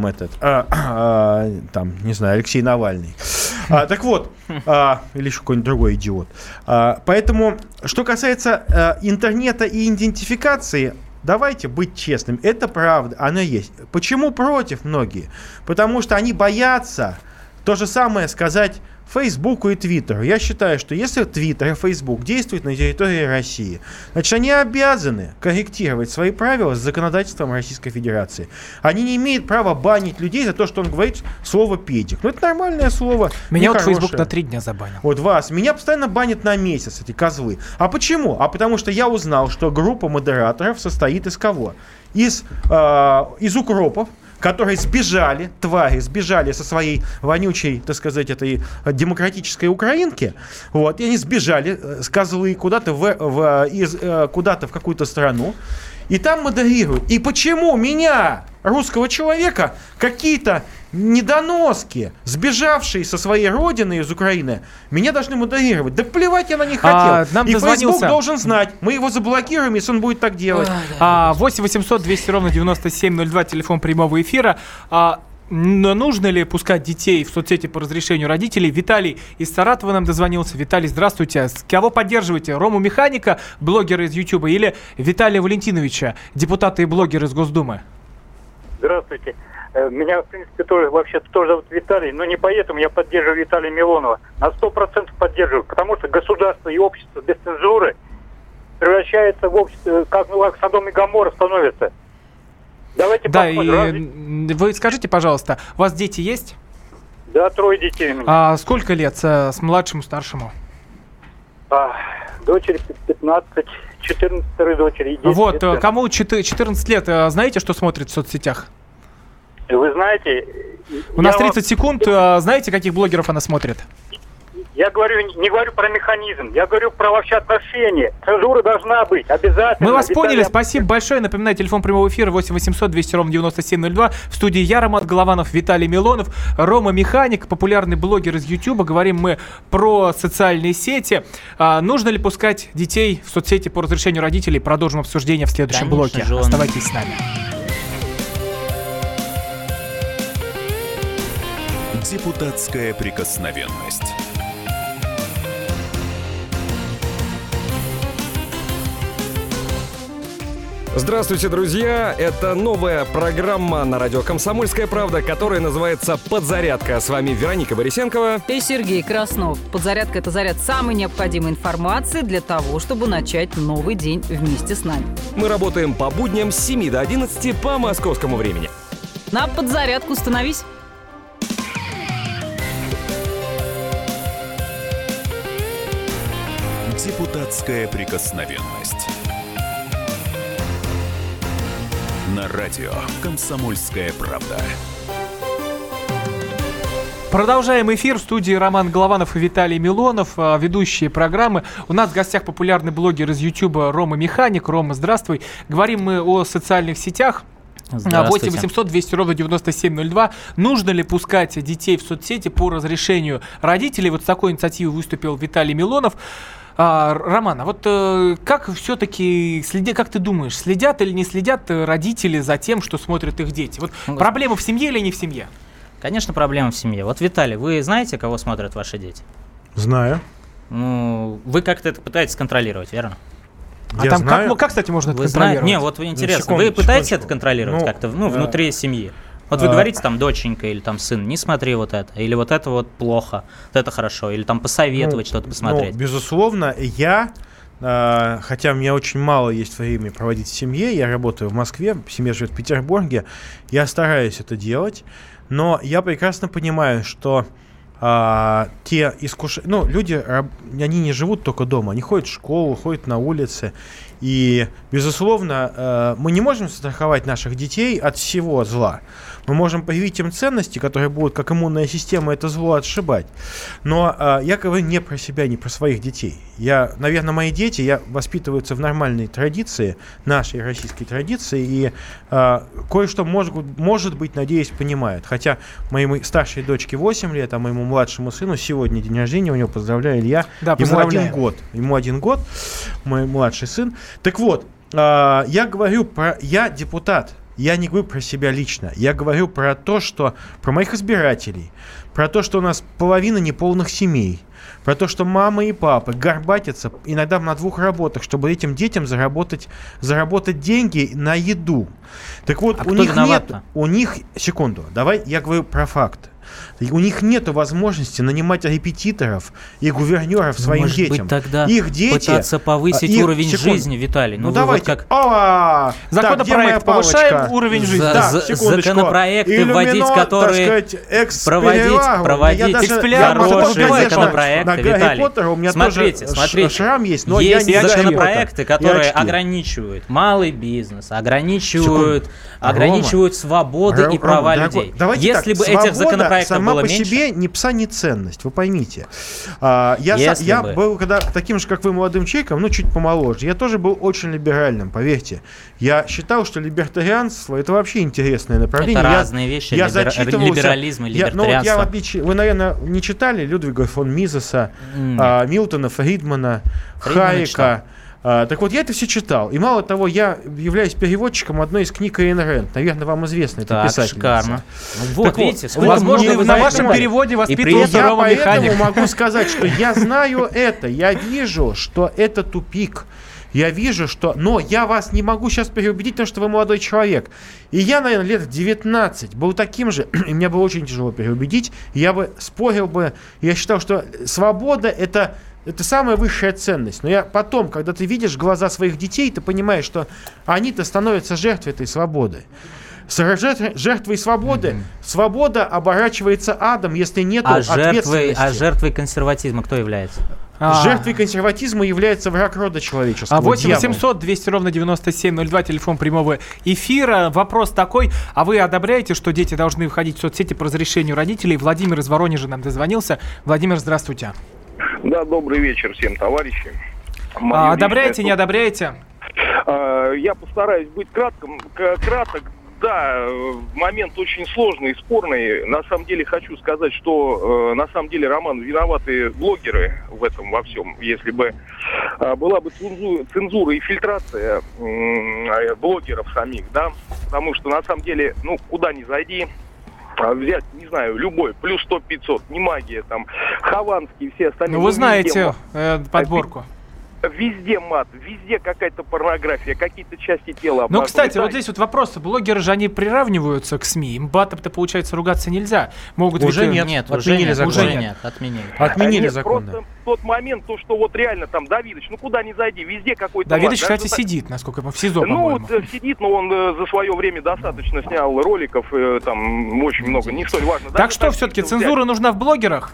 не знаю, Алексей Навальный. Так вот, или еще какой-нибудь другой идиот. Поэтому, что касается интернета и идентификации, давайте быть честными, это правда, оно есть. Почему против многие? Потому что они боятся то же самое сказать Фейсбуку и Твиттеру. Я считаю, что если Твиттер и Фейсбук действуют на территории России, значит, они обязаны корректировать свои правила с законодательством Российской Федерации. Они не имеют права банить людей за то, что он говорит слово «педик». Ну, это нормальное слово. Меня вот Фейсбук на 3 дня забанил. Вот вас. Меня постоянно банят на месяц, эти козлы. А почему? А потому что я узнал, что группа модераторов состоит из кого? Из укропов, которые твари сбежали со своей вонючей, так сказать, этой демократической украинки, вот, и они сбежали с козлы куда-то куда-то в какую-то страну, и там модерируют. И почему меня, русского человека, какие-то недоноски, сбежавшие со своей родины из Украины, меня должны модерировать? Да плевать я на них хотел. И Facebook должен знать. Мы его заблокируем, если он будет так делать. 8 800 200 ровно 9702, телефон прямого эфира. Но нужно ли пускать детей в соцсети по разрешению родителей? Виталий из Саратова нам дозвонился. Виталий, здравствуйте. Кого поддерживаете? Рому Механика, блогера из Ютуба, или Виталия Валентиновича, депутата и блогера из Госдумы? Здравствуйте. Меня, в принципе, тоже зовут Виталий, но не поэтому я поддерживаю Виталия Милонова. На 100% поддерживаю, потому что государство и общество без цензуры превращается в общество, как Содом и Гоморра становится. Давайте посмотрим. Вы скажите, пожалуйста, у вас дети есть? Да, 3 детей у меня. Сколько лет с младшему, старшему? Дочери 15, 14 дочери. Вот, кому 14 лет, знаете, что смотрит в соцсетях? Вы знаете... У нас 30 секунд. Знаете, каких блогеров она смотрит? Я не говорю про механизм, я говорю про вообще отношения. Цензура должна быть, обязательно. Мы вас поняли, спасибо большое. Напоминаю, телефон прямого эфира 8 800 200 ровно 9702. В студии я, Роман Голованов, Виталий Милонов, Рома Механик, популярный блогер из Ютуба. Говорим мы про социальные сети. Нужно ли пускать детей в соцсети по разрешению родителей? Продолжим обсуждение в следующем блоке. Оставайтесь с нами. Депутатская прикосновенность. Здравствуйте, друзья! Это новая программа на радио «Комсомольская правда», которая называется «Подзарядка». С вами Вероника Борисенкова и Сергей Краснов. Подзарядка – это заряд самой необходимой информации для того, чтобы начать новый день вместе с нами. Мы работаем по будням с 7 до 11 по московскому времени. На подзарядку становись! Депутатская прикосновенность. На радио «Комсомольская правда». Продолжаем эфир. В студии Роман Голованов и Виталий Милонов, ведущие программы. У нас в гостях популярный блогер из Ютуба Рома Механик. Рома, здравствуй. Говорим мы о социальных сетях. 8 800 200 ровно 9702. Нужно ли пускать детей в соцсети по разрешению родителей? Вот с такой инициативой выступил Виталий Милонов. Роман, а вот как все-таки, как ты думаешь, следят или не следят родители за тем, что смотрят их дети? Вот проблема в семье или не в семье? Конечно, проблема в семье. Вот, Виталий, вы знаете, кого смотрят ваши дети? Знаю. Ну, вы как-то это пытаетесь контролировать, верно? Я там знаю. Как, кстати, можно это контролировать? Не, вот интересно, вы пытаетесь это контролировать как-то, внутри семьи? Вот вы говорите, там, доченька или там сын, не смотри вот это, или вот это вот плохо, вот это хорошо, или там посоветовать что-то посмотреть. Безусловно, хотя у меня очень мало есть времени проводить в семье, я работаю в Москве, семья живет в Петербурге, я стараюсь это делать, но я прекрасно понимаю, что люди, они не живут только дома, они ходят в школу, ходят на улице. И, безусловно, мы не можем застраховать наших детей от всего зла. Мы можем привить им ценности, которые будут, как иммунная система, это зло отшибать. Но я говорю не про себя, не про своих детей. Наверное, мои дети воспитываются в нормальной традиции, нашей российской традиции, и кое-что, может быть, надеюсь, понимают. Хотя моей старшей дочке 8 лет, а моему младшему сыну сегодня день рождения, у него, поздравляю, Илья, ему 1 год. Ему 1 год, мой младший сын. Так вот, я депутат, я не говорю про себя лично, я говорю про моих избирателей, про то, что у нас половина неполных семей, про то, что мама и папа горбатятся иногда на 2 работах, чтобы этим детям заработать деньги на еду. Так вот, я говорю про факт. У них нет возможности нанимать репетиторов и гувернеров своим детям. Быть, тогда их дети пытаться повысить уровень жизни, Виталий. Давайте. Законопроект повышаем уровень жизни. Законопроекты вводить, которые проводить хорошие законопроекты, Виталий. Смотрите. Шрам есть, но есть законопроекты, которые ограничивают малый бизнес, ограничивают свободы и права людей. Если бы этих законопроектов сама по себе ни пса, ни ценность, вы поймите. Я был таким же, как вы, молодым человеком, чуть помоложе. Я тоже был очень либеральным, поверьте. Я считал, что либертарианство — это вообще интересное направление. Это разные вещи, либерализм и либертарианство. Вы, наверное, не читали Людвига фон Мизеса, Милтона, Фридмана, Хайека. Так вот, я это все читал. И мало того, я являюсь переводчиком одной из книг Эйн Рэнд. Наверное, вам известна эта писательница. Шикарно. Вот, видите, возможно, на вашем переводе воспитывался Рома Механик. Я поэтому могу сказать, что я знаю это. Я вижу, что это тупик. Я вижу, что... Но я вас не могу сейчас переубедить, потому что вы молодой человек. И я, наверное, лет в 19 был таким же, и мне было очень тяжело переубедить. Я бы спорил бы... Я считал, что свобода — это самая высшая ценность. Но потом, когда ты видишь глаза своих детей, ты понимаешь, что они-то становятся жертвой этой свободы. Жертвой свободы. Свобода оборачивается адом, если нет ответственности. А жертвой консерватизма кто является? Жертвой консерватизма является враг рода человеческого. 8 800 200 ровно 9702, телефон прямого эфира. Вопрос такой: а вы одобряете, что дети должны входить в соцсети по разрешению родителей? Владимир из Воронежа нам дозвонился. Владимир, здравствуйте. Да, добрый вечер всем, товарищи. Одобряете, не одобряете? Я постараюсь быть краток. Да, момент очень сложный и спорный. На самом деле хочу сказать, что на самом деле, Роман, виноваты блогеры в этом во всем. Если бы была бы цензура и фильтрация блогеров самих, да, потому что на самом деле, куда ни зайди, взять, не знаю, любой, плюс 100-500, не магия, там, Хованский, все остальные. Вы знаете подборку. Везде мат, везде какая-то порнография, какие-то части тела обнажены. Кстати, вот здесь вот вопрос. Блогеры же, они приравниваются к СМИ. Им батом-то, получается, ругаться нельзя. Могут уже ведь... нет, отменили закон. Уже нет, отменили закон. Просто тот момент, то, что вот реально там Давидыч, куда ни зайди, везде какой-то Давидыч, мат. кстати, сидит, насколько я помню, в СИЗО, по-моему. Сидит, но он за свое время достаточно снял роликов, там очень много, не столь важно. Так что все-таки цензура нужна в блогерах?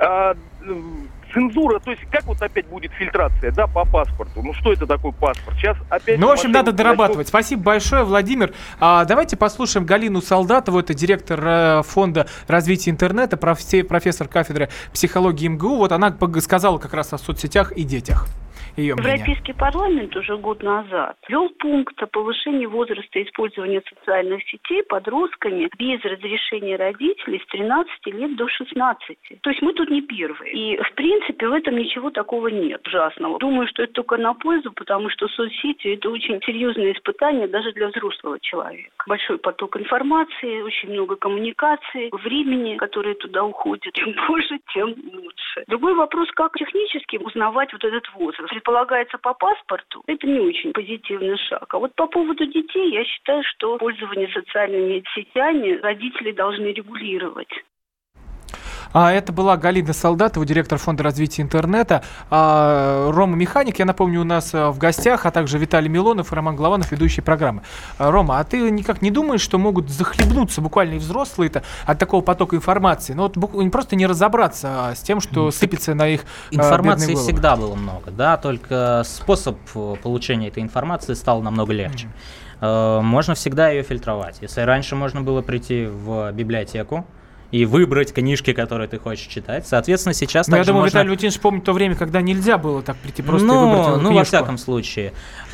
Цензура, то есть как вот опять будет фильтрация, да, по паспорту? Что это такое паспорт? Сейчас опять... в общем, надо дорабатывать. Спасибо большое, Владимир. Давайте послушаем Галину Солдатову, это директор фонда развития интернета, профессор кафедры психологии МГУ. Вот она сказала как раз о соцсетях и детях. Европейский парламент уже год назад ввел пункт о повышении возраста использования социальных сетей подростками без разрешения родителей с 13 лет до 16. То есть мы тут не первые. И, в принципе, в этом ничего такого нет ужасного. Думаю, что это только на пользу, потому что соцсети – это очень серьезное испытание даже для взрослого человека. Большой поток информации, очень много коммуникации, времени, которое туда уходит. Чем больше, тем лучше. Другой вопрос, как технически узнавать вот этот возраст. Предполагается по паспорту, это не очень позитивный шаг. А вот по поводу детей, я считаю, что пользование социальными сетями родители должны регулировать. Это была Галина Солдатова, директор фонда развития интернета. Рома Механик, я напомню, у нас в гостях, а также Виталий Милонов и Роман Голованов, ведущие программы. Рома, а ты никак не думаешь, что могут захлебнуться буквально и взрослые-то от такого потока информации? Просто не разобраться с тем, что сыпется на их информации всегда было много, да, только способ получения этой информации стал намного легче. Можно всегда ее фильтровать. Если раньше можно было прийти в библиотеку и выбрать книжки, которые ты хочешь читать. Соответственно, сейчас также я думаю, можно... Виталий Лютинович помнит то время, когда нельзя было так прийти просто и выбрать книжку. Во всяком случае.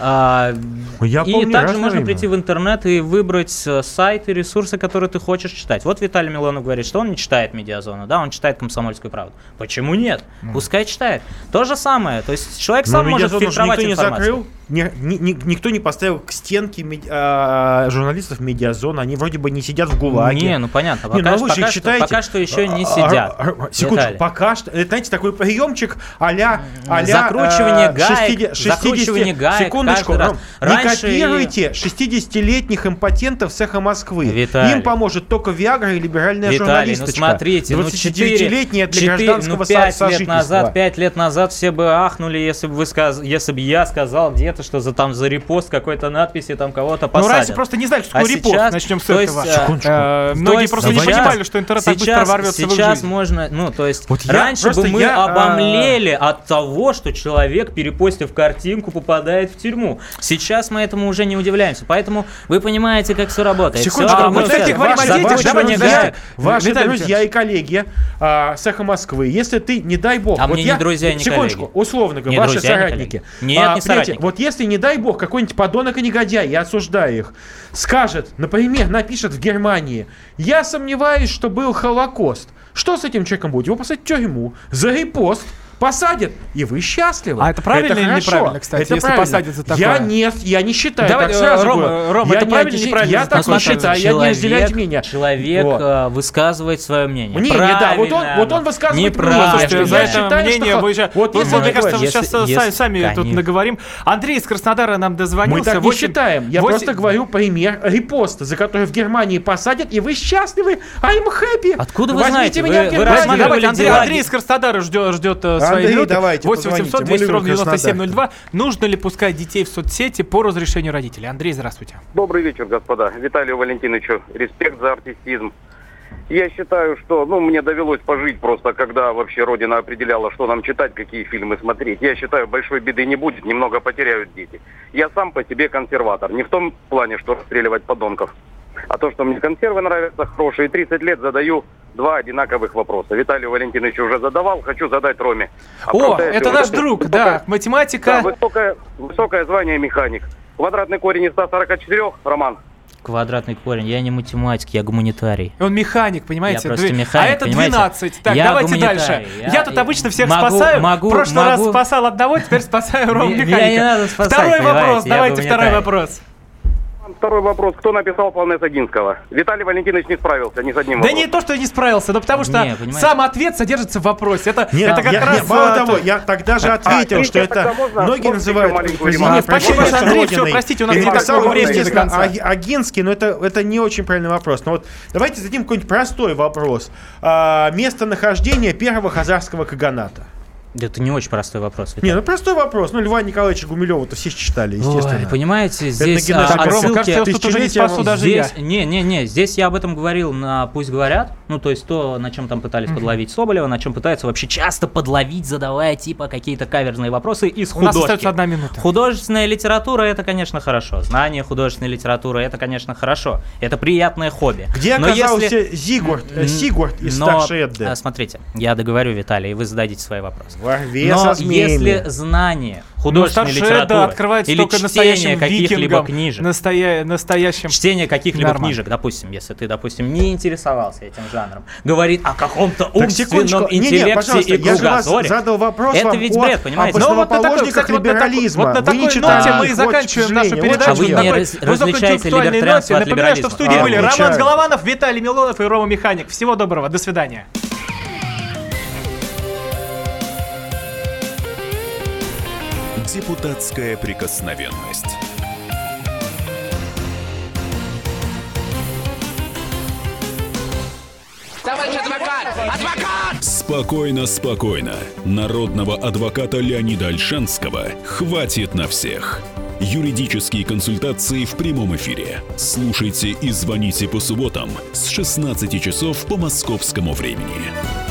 И также можно прийти в интернет и выбрать сайты, ресурсы, которые ты хочешь читать. Вот Виталий Милонов говорит, что он не читает «Медиазону», да, он читает «Комсомольскую правду». Почему нет? Пускай читает. То же самое. То есть человек сам может фильтровать информацию. Никто не поставил к стенке журналистов «Медиазоны». Они вроде бы не сидят в ГУЛАГе. Понятно. Пока что еще не сидят. Секундочку, пока что. Это, знаете, такой приемчик а-ля закручивание гаек. Секундочку, не копируйте 60-летних импотентов цеха Москвы. Им поможет только Виагра и либеральная журналисточка. Смотрите, 29-летняя для гражданского сожительства. 5 лет назад все бы ахнули, если бы я сказал где-то, что за репост какой-то надписи там кого-то посадят. Раньше просто не знали, что такое репост. Начнем с этого. Многие просто не понимали, что интернет так быстро ворвется в их жизнь. Сейчас можно, раньше бы мы обомлели от того, что человек, перепостив картинку, попадает в тюрьму. Сейчас мы этому уже не удивляемся. Поэтому вы понимаете, как все работает. Секундочку, мы, кстати, говорим о детях. Ваши друзья и коллеги цеха Москвы, если ты, не дай бог... А мне не друзья, не коллеги. Секундочку, условно говоря, ваши соратники. Нет, не соратники. Вот если, не дай бог, какой-нибудь подонок и негодяй, я осуждаю их, скажет, например, напишет в Германии: «Я сомневаюсь, что был Холокост». Что с этим человеком будет? Его посадят в тюрьму за репост. Посадят, и вы счастливы. А это правильно или неправильно, кстати, это если правильно. посадят за такое? Я не считаю. Давай, так сразу Рома, это правильно или неправильно? Я так не считаю, я не разделяйте меня. Человек высказывает свое мнение. Да, вот он высказывает мнение. За это мнение вы же... Мне кажется, мы сейчас сами тут наговорим. Андрей из Краснодара нам дозвонился. Мы так не считаем. Я просто говорю пример репоста, за который в Германии посадят, и вы счастливы. I'm happy. Откуда вы знаете? Андрей из Краснодара ждет своей минуты. 8 800 200 ровно 9702. Нужно ли пускать детей в соцсети по разрешению родителей? Андрей, здравствуйте. Добрый вечер, господа. Виталию Валентиновичу респект за артистизм. Я считаю, что, мне довелось пожить просто, когда вообще Родина определяла, что нам читать, какие фильмы смотреть. Я считаю, большой беды не будет, немного потеряют дети. Я сам по себе консерватор. Не в том плане, что расстреливать подонков, а то, что мне консервы нравятся хорошие. 30 лет задаю 2 одинаковых вопроса. Виталию Валентиновичу уже задавал, хочу задать Роме. Это наш друг, да, математика. Да, высокое звание механик. Квадратный корень из 144, Роман. Квадратный корень. Я не математик, я гуманитарий. Он механик, понимаете? Я просто механик, а это понимаете? 12. Так, я давайте дальше. Я тут обычно всех спасаю. В прошлый раз спасал одного, теперь спасаю Рому механика. Меня не надо спасать, второй вопрос, давайте второй вопрос. Второй вопрос. Кто написал «Полнес Огинского»? Виталий Валентинович не справился ни с одним вопросом. Да не то, что не справился, но потому что сам ответ содержится в вопросе. Это как раз... Мало того, я тогда же ответил, что это многие называют... Спасибо, Андрей, все, простите, у нас не так много времени до конца. Огинский, но это не очень правильный вопрос. Но вот давайте зададим какой-нибудь простой вопрос. Местонахождение первого хазарского каганата. Это не очень простой вопрос. Не, простой вопрос. Льва Николаевича Гумилева-то все читали, естественно. Ой, понимаете, здесь отсылки... Здесь я об этом говорил на «Пусть говорят». То есть то, на чем там пытались подловить Соболева, на чем пытаются вообще часто подловить, задавая какие-то каверзные вопросы из художки. У нас остается 1 минута. Художественная литература — это, конечно, хорошо. Знание художественной литературы — это, конечно, хорошо. Это приятное хобби. Где оказался Сигурд из Старшедде? Смотрите, я договорю, Виталий, и вы зададите свои вопросы. Но если знание художественной литературы или чтение каких-либо книжек, чтение каких-либо книжек, допустим, если ты, не интересовался этим жанром, говорит о каком-то умственном интеллекте и кругозоре, это ведь бред, понимаете? Основоположниках либерализма. Вот на такой ноте мы и заканчиваем нашу передачу. А вы не различаете либертарианство от Напоминаю, либерализма. что в студии были Роман Голованов, Виталий Милонов и Рома Механик. Всего доброго, до свидания. Депутатская прикосновенность. Товарищ адвокат! Адвокат! Спокойно, спокойно. Народного адвоката Леонида Ольшанского хватит на всех. Юридические консультации в прямом эфире. Слушайте и звоните по субботам с 16 часов по московскому времени.